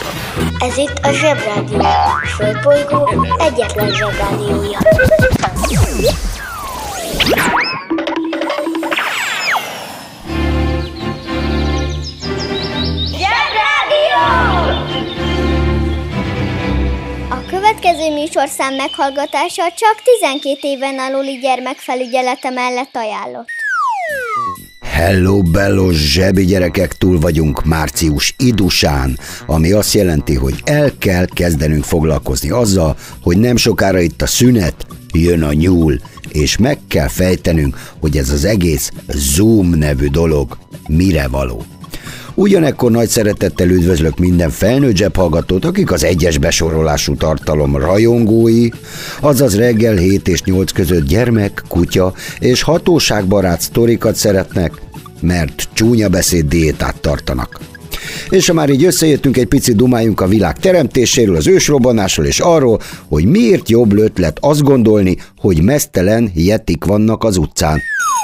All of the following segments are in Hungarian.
Ez itt a Zsebrádió, a Földbolygó egyetlen Zsebrádiója. Zsebrádió! A következő műsorszám meghallgatása csak 12 éven aluli gyermekfelügyelete mellett ajánlott. Hello, bello, zsebi gyerekek, túl vagyunk március idusán, ami azt jelenti, hogy el kell kezdenünk foglalkozni azzal, hogy nem sokára itt a szünet, jön a nyúl, és meg kell fejtenünk, hogy ez az egész Zoom nevű dolog mire való. Ugyanekkor nagy szeretettel üdvözlök minden felnőtt zsebhallgatót, akik az egyes besorolású tartalom rajongói, azaz reggel 7 és 8 között gyermek, kutya és hatóságbarát sztorikat szeretnek, mert csúnya beszéd diétát tartanak. És ha már így összejöttünk, egy picit dumáljunk a világ teremtéséről, az ősrobbanásról és arról, hogy miért jobb ötlet azt gondolni, hogy meztelen yetik vannak az utcán.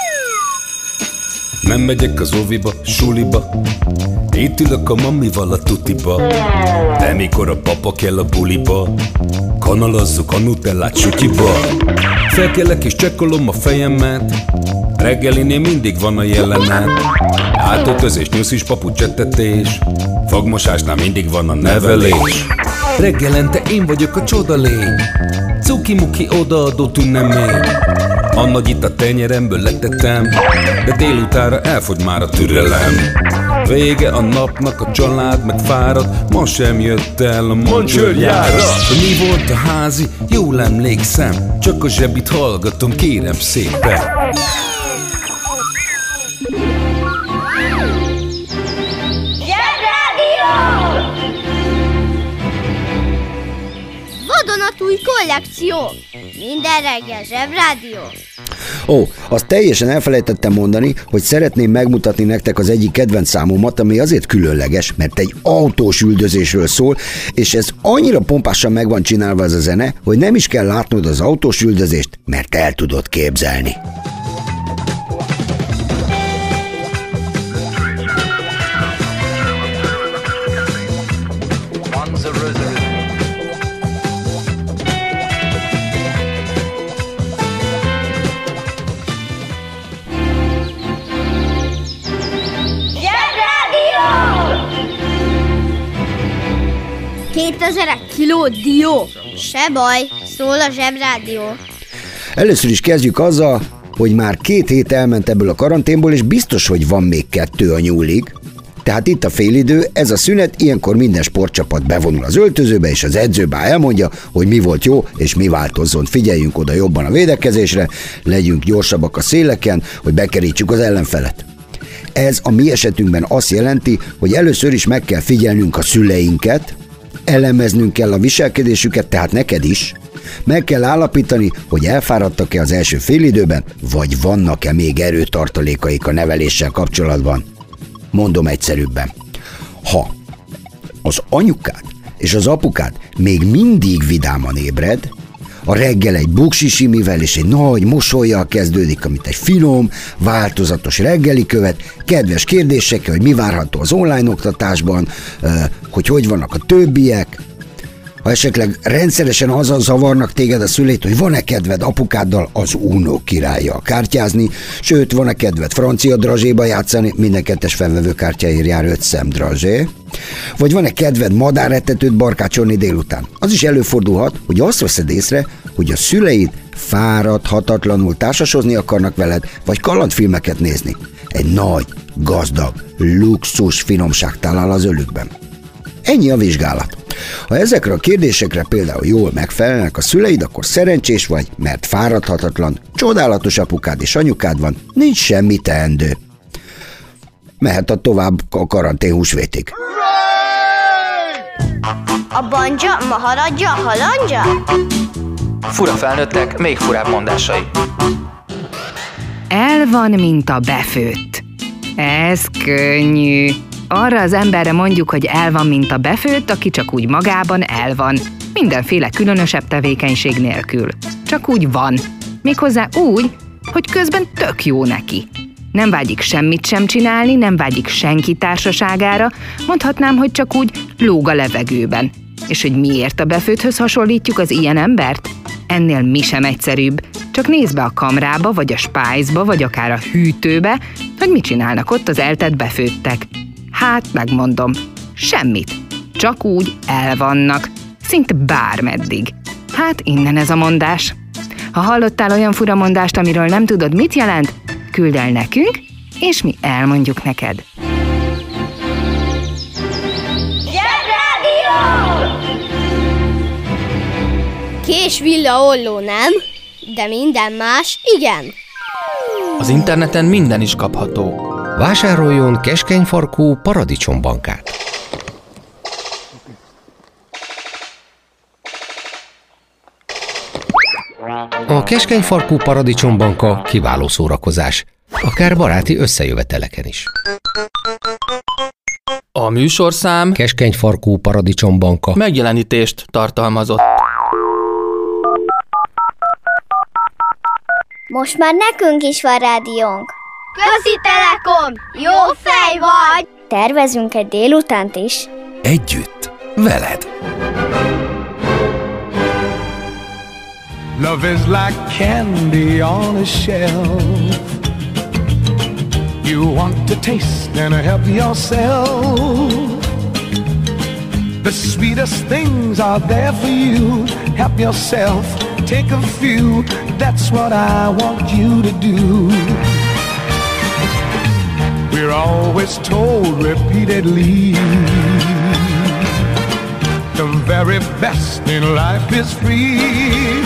Nem megyek az óviba, suliba, itt ülök a mamival a tutiba, de mikor a papa kell a buliba, kanalazzuk a nutellát sütiba. Felkelek és csekkolom a fejemet, reggelinél mindig van a jelenet. Átöltözés, nyuszis, papucsettetés, fogmosásnál mindig van a nevelés. Reggelente én vagyok a csodalény, cuki-muki odaadó tünemény. A nagy itt a tenyeremből letettem, de délutánra elfogy már a türelem. Vége a napnak, a család meg fárad, ma sem jött el a mancsőrjára. Mi volt a házi? Jól emlékszem, csak a zsebit hallgatom, kérem szépen. Vadonatúj kollekció! Minden reggel Zsebrádió! Ó, azt teljesen elfelejtettem mondani, hogy szeretném megmutatni nektek az egyik kedvenc számomat, ami azért különleges, mert egy autós üldözésről szól, és ez annyira pompásan meg van csinálva ez a zene, hogy nem is kell látnod az autós üldözést, mert el tudod képzelni. Kiló dió. Se baj, szól a Zsebrádió. Először is kezdjük azzal, hogy már 2 hét elment ebből a karanténból, és biztos, hogy van még 2 a nyúlig. Tehát itt a félidő, ez a szünet, ilyenkor minden sportcsapat bevonul az öltözőbe, és az edzőbá elmondja, hogy mi volt jó, és mi változzon. Figyeljünk oda jobban a védekezésre, legyünk gyorsabbak a széleken, hogy bekerítsük az ellenfelet. Ez a mi esetünkben azt jelenti, hogy először is meg kell figyelnünk a szüleinket, elemeznünk kell a viselkedésüket, tehát neked is. Meg kell állapítani, hogy elfáradtak-e az első félidőben, vagy vannak-e még erőtartalékaik a neveléssel kapcsolatban. Mondom egyszerűbben. Ha az anyukád és az apukád még mindig vidáman ébred, a reggel egy buksisimivel és egy nagy mosollyal kezdődik, amit egy finom, változatos reggeli követ, kedves kérdésekkel, hogy mi várható az online oktatásban, hogy vannak a többiek. Ha esetleg rendszeresen azzal zavarnak téged a szüleid, hogy van-e kedved apukáddal az Uno királlyal kártyázni, sőt, van-e kedved francia drazséba játszani, minden 2-es felvevő kártyáért jár 5 szem drazsé, vagy van-e kedved madáretetőt barkácsolni délután. Az is előfordulhat, hogy azt veszed észre, hogy a szüleid fáradhatatlanul társasozni akarnak veled, vagy kalandfilmeket nézni. Egy nagy, gazdag, luxus finomság talál az ölükben. Ennyi a vizsgálat. Ha ezekre a kérdésekre például jól megfelelnek a szüleid, akkor szerencsés vagy, mert fáradhatatlan, csodálatos apukád és anyukád van, nincs semmi teendő. Mehet a tovább a karantén húsvétig. A banja, maharadja, halandja? Fura felnőttek, még furább mondásai. El van, mint a befőtt. Ez könnyű. Arra az emberre mondjuk, hogy el van, mint a befőtt, aki csak úgy magában el van. Mindenféle különösebb tevékenység nélkül. Csak úgy van. Méghozzá úgy, hogy közben tök jó neki. Nem vágyik semmit sem csinálni, nem vágyik senki társaságára, mondhatnám, hogy csak úgy lóg a levegőben. És hogy miért a befőtthöz hasonlítjuk az ilyen embert? Ennél mi sem egyszerűbb. Csak nézd be a kamrába, vagy a spájzba, vagy akár a hűtőbe, hogy mit csinálnak ott az eltett befőttek. Hát, megmondom, semmit. Csak úgy elvannak. Szinte bármeddig. Hát innen ez a mondás. Ha hallottál olyan furamondást, amiről nem tudod, mit jelent, küldd el nekünk, és mi elmondjuk neked. Kés, villa, olló nem, de minden más igen. Az interneten minden is kapható. Vásároljon keskenyfarkú paradicsombankát. A keskenyfarkú paradicsombanka kiváló szórakozás, akár baráti összejöveteleken is. A műsorszám Keskenyfarkú paradicsombanka megjelenítést tartalmazott. Most már nekünk is van rádiónk. Közi Telekom! Jó fej vagy! Tervezünk egy délutánt is. együtt, veled. Love is like candy on a shelf. You want to taste and help yourself. The sweetest things are there for you. Help yourself, take a few. That's what I want you to do. We're always told repeatedly the very best in life is free.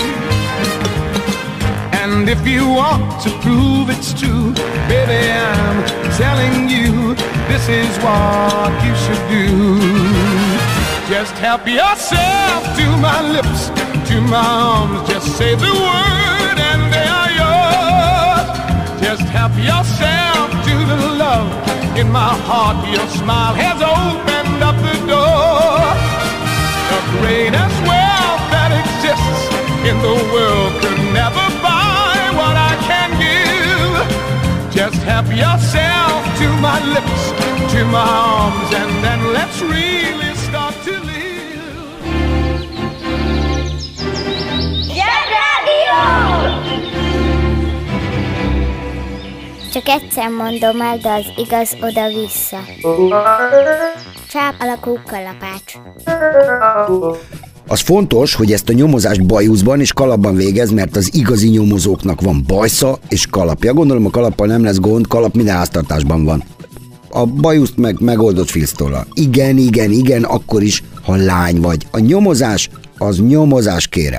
And if you want to prove it's true, baby, I'm telling you, this is what you should do. Just help yourself to my lips, to my arms. Just say the word and they are yours. Just help yourself to the love in my heart. Your smile has opened up the door. The greatest wealth that exists in the world could never buy what I can give. Just help yourself to my lips, to my arms, and then let's really start to live. Zsebrádió! Csak egyszer mondom el, de az igaz oda-vissza. Csáp alakú kalapács. Az fontos, hogy ezt a nyomozást bajuszban és kalapban végez, mert az igazi nyomozóknak van bajsza és kalapja. Gondolom a kalappal nem lesz gond, kalap minden háztartásban van. A bajuszt meg megoldott filctollal. Igen, akkor is, ha lány vagy. A nyomozás, az nyomozás, kérem.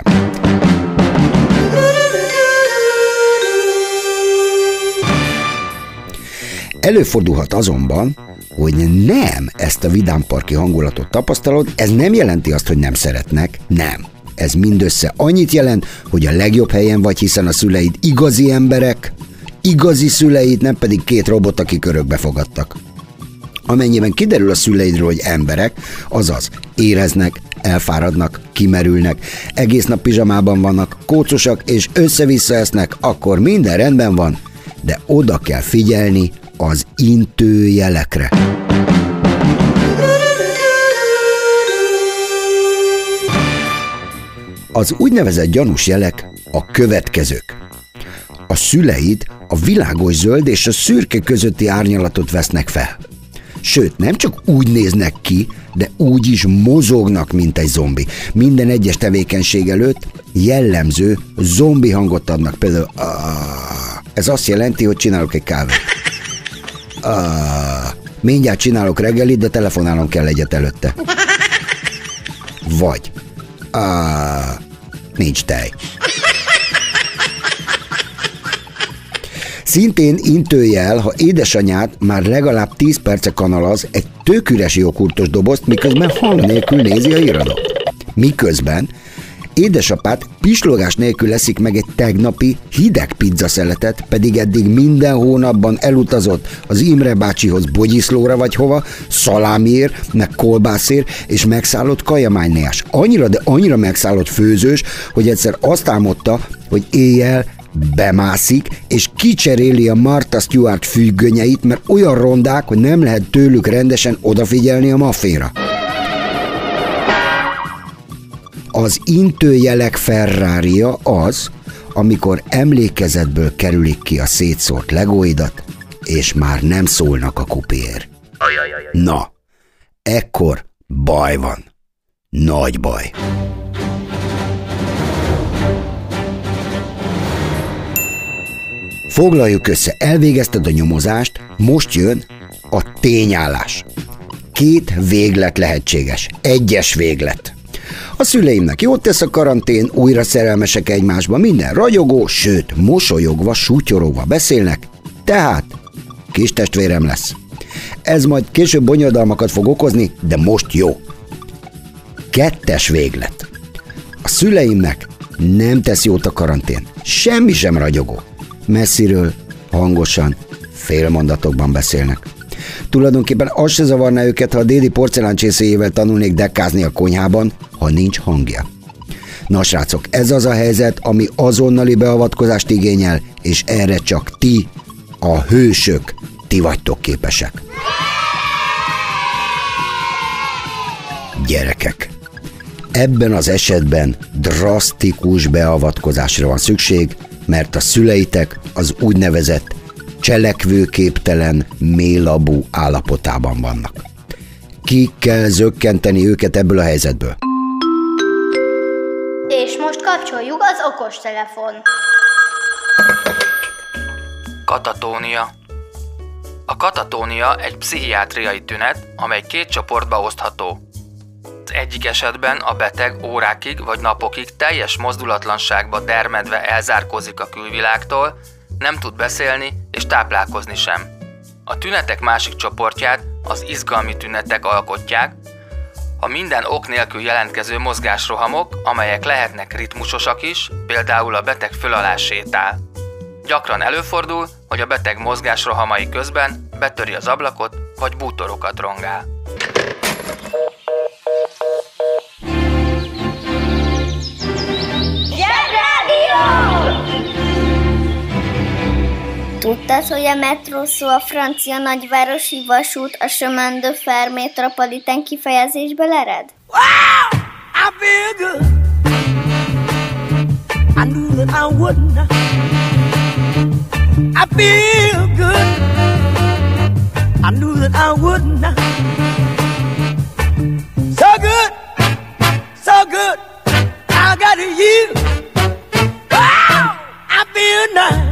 Előfordulhat azonban, hogy nem ezt a vidámparki hangulatot tapasztalod, ez nem jelenti azt, hogy nem szeretnek, nem. Ez mindössze annyit jelent, hogy a legjobb helyen vagy, hiszen a szüleid igazi emberek, igazi szüleid, nem pedig két robot, akik örökbe fogadtak. Amennyiben kiderül a szüleidről, hogy emberek, azaz éreznek, elfáradnak, kimerülnek, egész nap pizsamában vannak, kócosak és össze-vissza esznek, akkor minden rendben van, de oda kell figyelni az intőjelekre. Az úgynevezett gyanús jelek a következők. A szüleid a világos zöld és a szürke közötti árnyalatot vesznek fel. Sőt, nem csak úgy néznek ki, de úgy is mozognak, mint egy zombi. Minden egyes tevékenység előtt jellemző zombi hangot adnak. Például ez azt jelenti, hogy csinálok egy kávét. Mindjárt csinálok reggelit, de telefonálnom kell egyet előtte. Vagy nincs tej. Szintén intőjel, ha édesanyád már legalább 10 perce kanalaz egy tök üres joghurtos dobozt, miközben hang nélkül nézi a híradót. Miközben édesapád pislogás nélkül eszik meg egy tegnapi hideg pizzaszeletet, pedig eddig minden hónapban elutazott az Imre bácsihoz Bogyiszlóra vagy hova, szalámiért, meg kolbászért, és megszállott kajamánynéás. Annyira, de annyira megszállott főzős, hogy egyszer azt álmodta, hogy éjjel bemászik, és kicseréli a Martha Stewart függönyeit, mert olyan rondák, hogy nem lehet tőlük rendesen odafigyelni a mafféra. Az intőjelek Ferrarija az, amikor emlékezetből kerülik ki a szétszórt legóidat, és már nem szólnak a kupéért. Na, ekkor baj van. Nagy baj. Foglaljuk össze, elvégezted a nyomozást, most jön a tényállás. 2 véglet lehetséges, 1-es véglet. A szüleimnek jót tesz a karantén, újra szerelmesek egymásba, minden ragyogó, sőt, mosolyogva, sutyorogva beszélnek, tehát kis testvérem lesz. Ez majd később bonyodalmakat fog okozni, de most jó. 2-es véglet. A szüleimnek nem tesz jót a karantén, semmi sem ragyogó. Messziről, hangosan, félmondatokban beszélnek. Tulajdonképpen az se zavarná őket, ha a déli porceláncsészéjével tanulnék dekkázni a konyhában, ha nincs hangja. Na srácok, ez az a helyzet, ami azonnali beavatkozást igényel, és erre csak ti, a hősök, ti vagytok képesek. Gyerekek, ebben az esetben drasztikus beavatkozásra van szükség, mert a szüleitek az úgynevezett cselekvőképtelen, mélabú állapotában vannak. Ki kell zökkenteni őket ebből a helyzetből. És most kapcsoljuk az okostelefon. Katatónia. A katatónia egy pszichiátriai tünet, amely 2 csoportba osztható. Az egyik esetben a beteg órákig vagy napokig teljes mozdulatlanságba dermedve elzárkózik a külvilágtól, nem tud beszélni és táplálkozni sem. A tünetek másik csoportját az izgalmi tünetek alkotják, a minden ok nélkül jelentkező mozgásrohamok, amelyek lehetnek ritmusosak is, például a beteg föl alá sétál. Gyakran előfordul, hogy a beteg mozgásrohamai közben betöri az ablakot vagy bútorokat rongál. Tudtad, hogy a metró szó a francia nagyvárosi vasút a chemin de fer métropolitain kifejezésből ered? Wow! I feel good. I knew that I wouldn't. I feel good. I knew that I wouldn't. So good, so good. I got you. Wow! I feel nice.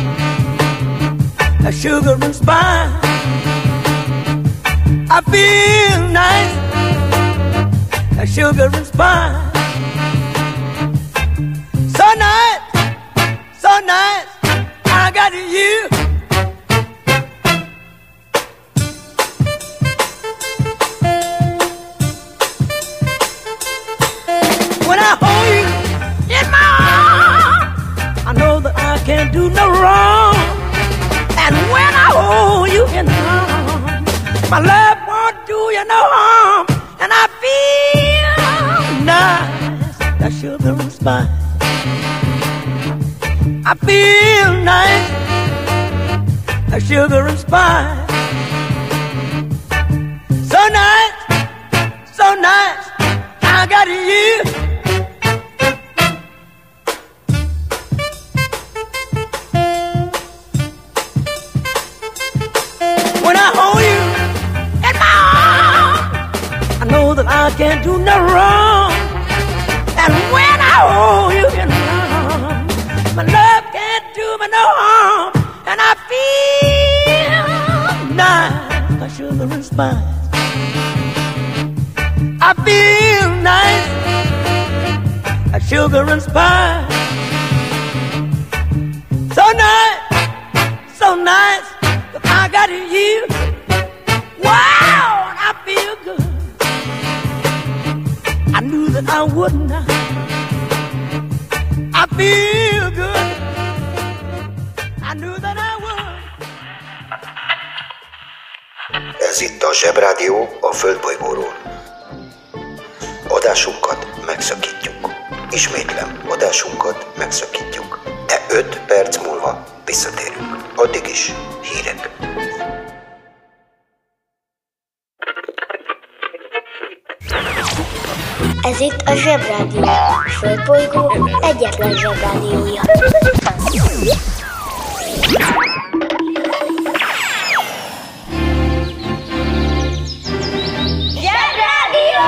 A sugar and spice. I feel nice. A sugar and spice. So nice, so nice. I got you. When I hold you in my arms, I know that I can't do no wrong. And when I hold you in my arms, my love won't do you no harm. And I feel nice, that sugar and spice. I feel nice, that sugar and spice. So nice, so nice, I got you. I can't do no wrong. And when I hold you in my arms, my love can't do me no harm. And I feel nice, like sugar and spice. I feel nice, like sugar and spice. So nice, so nice, I got you. Wow, I feel good. I knew that I wouldn't. I feel good. I knew that I would. Ez itt a Zsebrádió a Földbolygóról. Adásunkat megszakítjuk. Ismétlem, adásunkat megszakítjuk. de 5 perc múlva visszatérünk. Addig is hírek. Ez itt a Zsebrádió, a Földbolygó egyetlen Zsebrádiója. Zsebrádió!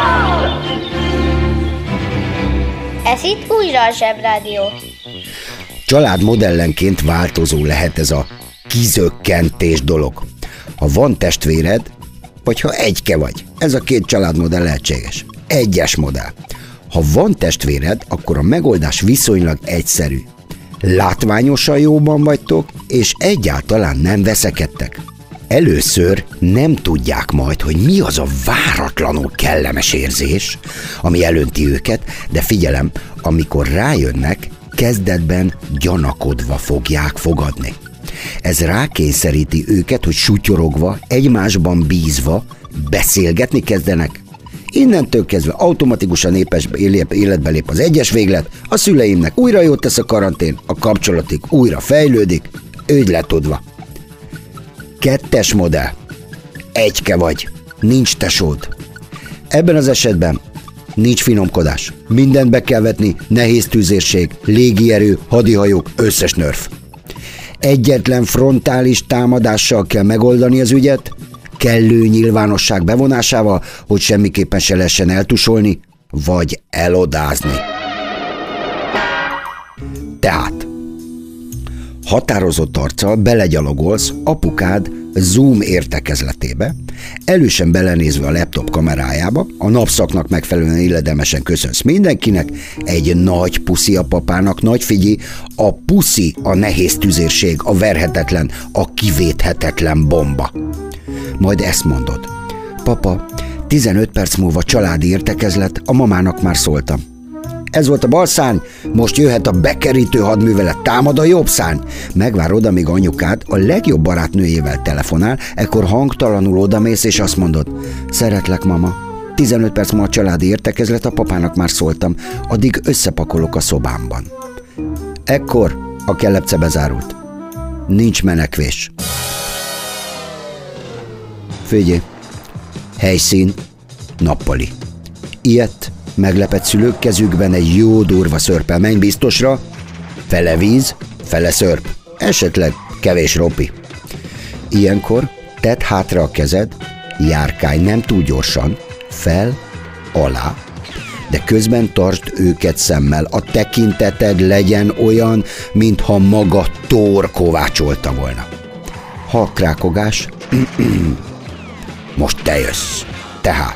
Ez itt újra a Zsebrádió. Családmodellenként változó lehet ez a kizökkentés dolog. Ha van testvéred, vagy ha egyke vagy. Ez a 2 családmodell lehetséges. Egyes modell. Ha van testvéred, akkor a megoldás viszonylag egyszerű. Látványosan jóban vagytok, és egyáltalán nem veszekedtek. Először nem tudják majd, hogy mi az a váratlanul kellemes érzés, ami elönti őket, de figyelem, amikor rájönnek, kezdetben gyanakodva fogják fogadni. Ez rákényszeríti őket, hogy sutyorogva, egymásban bízva beszélgetni kezdenek. Innentől kezdve automatikusan életbe lép az egyes véglet, a szüleimnek újra jót tesz a karantén, a kapcsolatik újra fejlődik, ügy letudva. 2. modell. Egyke vagy, nincs tesód. Ebben az esetben nincs finomkodás. Mindent be kell vetni, nehéz tüzérség, légierő, hadihajók, összes nörf. Egyetlen frontális támadással kell megoldani az ügyet, kellő nyilvánosság bevonásával, hogy semmiképpen se lehessen eltusolni, vagy elodázni. Tehát határozott arccal belegyalogolsz apukád Zoom értekezletébe, elősen belenézve a laptop kamerájába, a napszaknak megfelelően illedemesen köszönsz mindenkinek, egy nagy puszi a papának, nagy figyelj, a puszi a nehéz tüzérség, a verhetetlen, a kivéthetetlen bomba. Majd ezt mondod: papa, 15 perc múlva családi értekezlet, a mamának már szóltam. Ez volt a bal szárny, most jöhet a bekerítő hadművelet, támad a jobb szárny. Megvárod, amíg anyukád a legjobb barátnőjével telefonál, ekkor hangtalanul odamész és azt mondod: szeretlek, mama, 15 perc múlva családi értekezlet, a papának már szóltam, addig összepakolok a szobámban. Ekkor a kellepce bezárult. Nincs menekvés. Figyelj, helyszín, nappali. Ilyet meglepett szülők kezükben egy jó durva szörppel, menj biztosra, fele víz, fele szörp, esetleg kevés ropi. Ilyenkor tedd hátra a kezed, járkálj nem túl gyorsan, fel, alá, de közben tartsd őket szemmel, a tekinteted legyen olyan, mintha maga Thor kovácsolta volna. Halkrákogás, most te jössz, tehát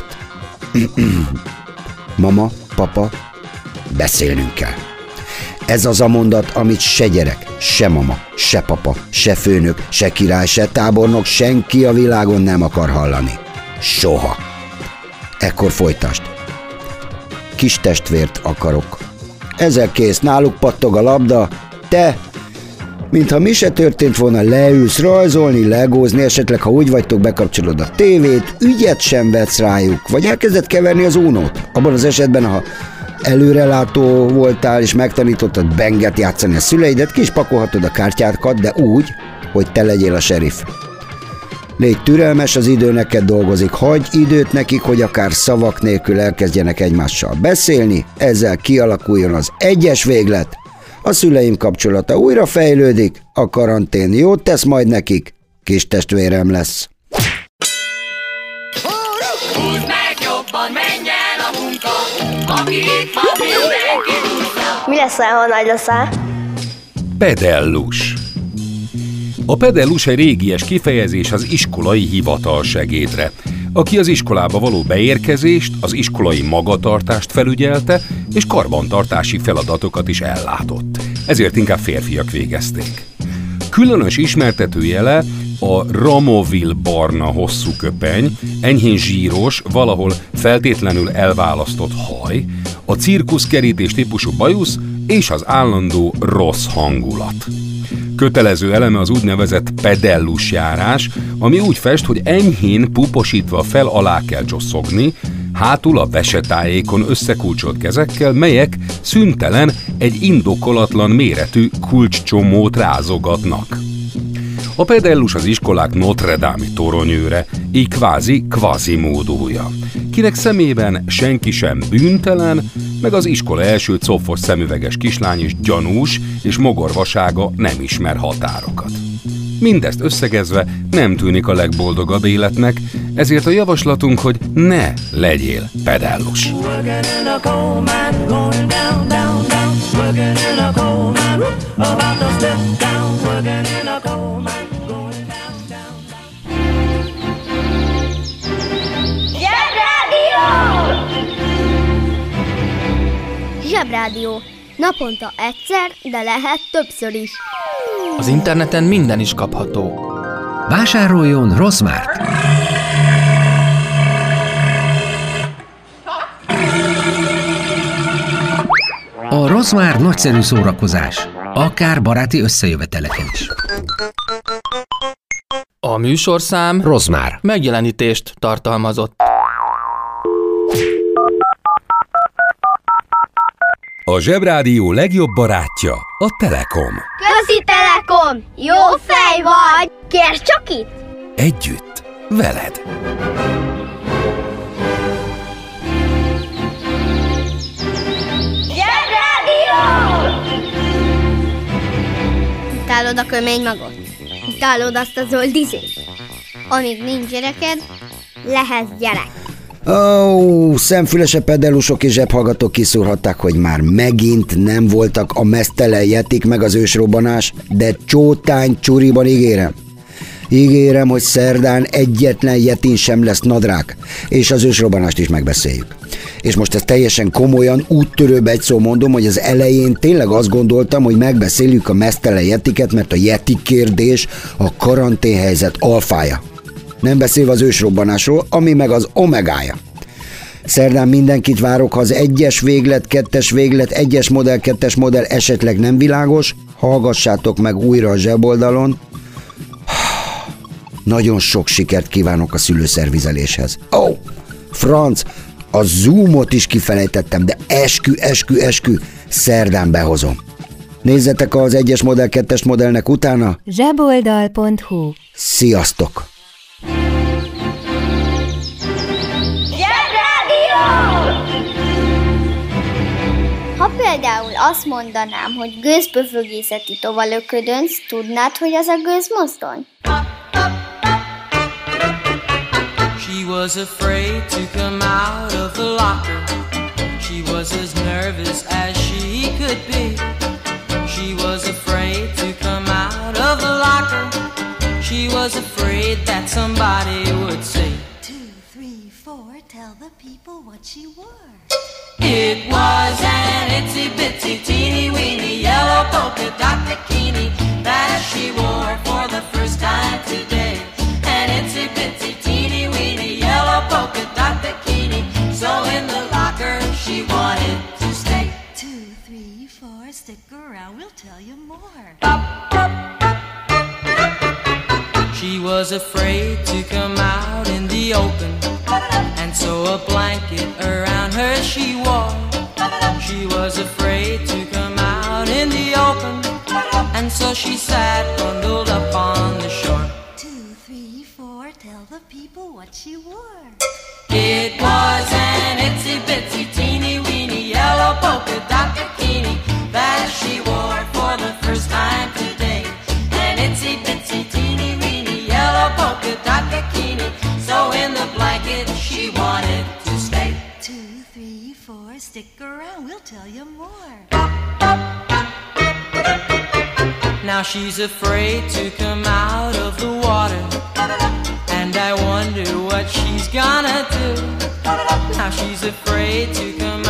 mama, papa, beszélnünk kell. Ez az a mondat, amit se gyerek, se mama, se papa, se főnök, se király, se tábornok, senki a világon nem akar hallani. Soha. Ekkor folytasd. Kis testvért akarok. Ezzel kész, náluk pattog a labda, te, mintha mi se történt volna, leülsz rajzolni, legózni, esetleg ha úgy vagytok, bekapcsolod a tévét, ügyet sem vetsz rájuk, vagy elkezded keverni az Unót. Abban az esetben, ha előrelátó voltál és megtanítottad benget játszani a szüleidet, ki is pakolhatod a kártyákat, de úgy, hogy te legyél a seriff. Légy türelmes, az idő neked dolgozik, hagyj időt nekik, hogy akár szavak nélkül elkezdjenek egymással beszélni, ezzel kialakuljon az egyes véglet, a szüleim kapcsolata újra fejlődik, a karantén jót tesz majd nekik, kis testvérem lesz. Húzd meg jobban, menj el a munka, aki itt van, mindenki húzza. Mi leszel, ha nagy leszel? Pedellus. A pedellus egy régies kifejezés az iskolai hivatalsegédre, aki az iskolába való beérkezést, az iskolai magatartást felügyelte, és karbantartási feladatokat is ellátott. Ezért inkább férfiak végezték. Különös ismertetőjele a ramovil barna hosszú köpeny, enyhén zsíros, valahol feltétlenül elválasztott haj, a cirkuszkerítés típusú bajusz és az állandó rossz hangulat. Kötelező eleme az úgynevezett pedellus járás, ami úgy fest, hogy enyhén puposítva fel alá kell csosszogni, hátul a vesetájékon összekulcsolt kezekkel, melyek szüntelen egy indokolatlan méretű kulcscsomót rázogatnak. A pedellus az iskolák Notre-Dame-i toronyőre, így kvázi Quasimodo-ja, kinek szemében senki sem bűntelen, meg az iskola első cofos szemüveges kislány is gyanús, és mogorvasága nem ismer határokat. Mindezt összegezve nem tűnik a legboldogabb életnek, ezért a javaslatunk, hogy ne legyél pedellus. Zsebrádió. Naponta egyszer, de lehet többször is. Az interneten minden is kapható. Vásároljon Rozmárt! A Rozmár nagyszerű szórakozás, akár baráti összejöveteleken is. A műsorszám Rozmár megjelenítést tartalmazott. A Zsebrádió legjobb barátja a Telekom. Közi Telekom! Jó fej vagy! Kérd csak itt! Együtt, veled. Zsebrádió! Utálod a köménymagot? Utálod azt a zöld izét? Amíg nincs gyereked, lehetsz gyerek. Szemfülesebb pedellusok és zsebhallgatók kiszúrhatták, hogy már megint nem voltak a meztelen jetik meg az ősrobbanás, de csótány csuriban ígérem. Ígérem, hogy szerdán egyetlen jetin sem lesz nadrág, és az ősrobbanást is megbeszéljük. És most ezt teljesen komolyan, úttörőbb egy szó mondom, hogy az elején tényleg azt gondoltam, hogy megbeszéljük a meztelen jetiket, mert a jetik kérdés a karanténhelyzet alfája. Nem beszélve az ősrobbanásról, ami meg az omegája. Szerdán mindenkit várok, ha az 1-es véglet, 2-es véglet, 1-es modell, 2-es modell esetleg nem világos, hallgassátok meg újra a zseboldalon. Nagyon sok sikert kívánok a szülőszervizeléshez. Franc, a Zoomot is kifelejtettem, de eskü, szerdán behozom. Nézzetek az 1-es modell, 2-es modellnek utána. Zseboldal.hu. Sziasztok! Ha például azt mondanám, hogy gőzpöfögészeti tovalöködönc, tudnád, hogy az a gőzmozdony? She was afraid to come out of the locker. She was as nervous as she could be. She was afraid to come out of the locker. She was afraid that somebody would say, 2, 3, 4, tell the people what she wore. it was an itsy-bitsy, teeny-weeny, yellow polka dot bikini that she wore for the first time today. An itsy-bitsy, teeny-weeny, yellow polka dot bikini, so in the locker she wanted to stay. 2, 3, 4, stick around, we'll tell you more. She was afraid to come out in the open, and so a blanket around her she wore. She was afraid to come out in the open, and so she sat bundled up on the shore. 2, 3, 4, tell the people what she wore. It was an itsy-bitsy, teeny-weeny, yellow polka dot bikini that she wore for the first time today. An itsy-bitsy, teeny-weeny, yellow polka dot bikini, so in the blanket she wanted to stay. 2, 3, 4, stick around, we'll tell you more. Now she's afraid to come out of the water, and I wonder what she's gonna do. Now she's afraid to come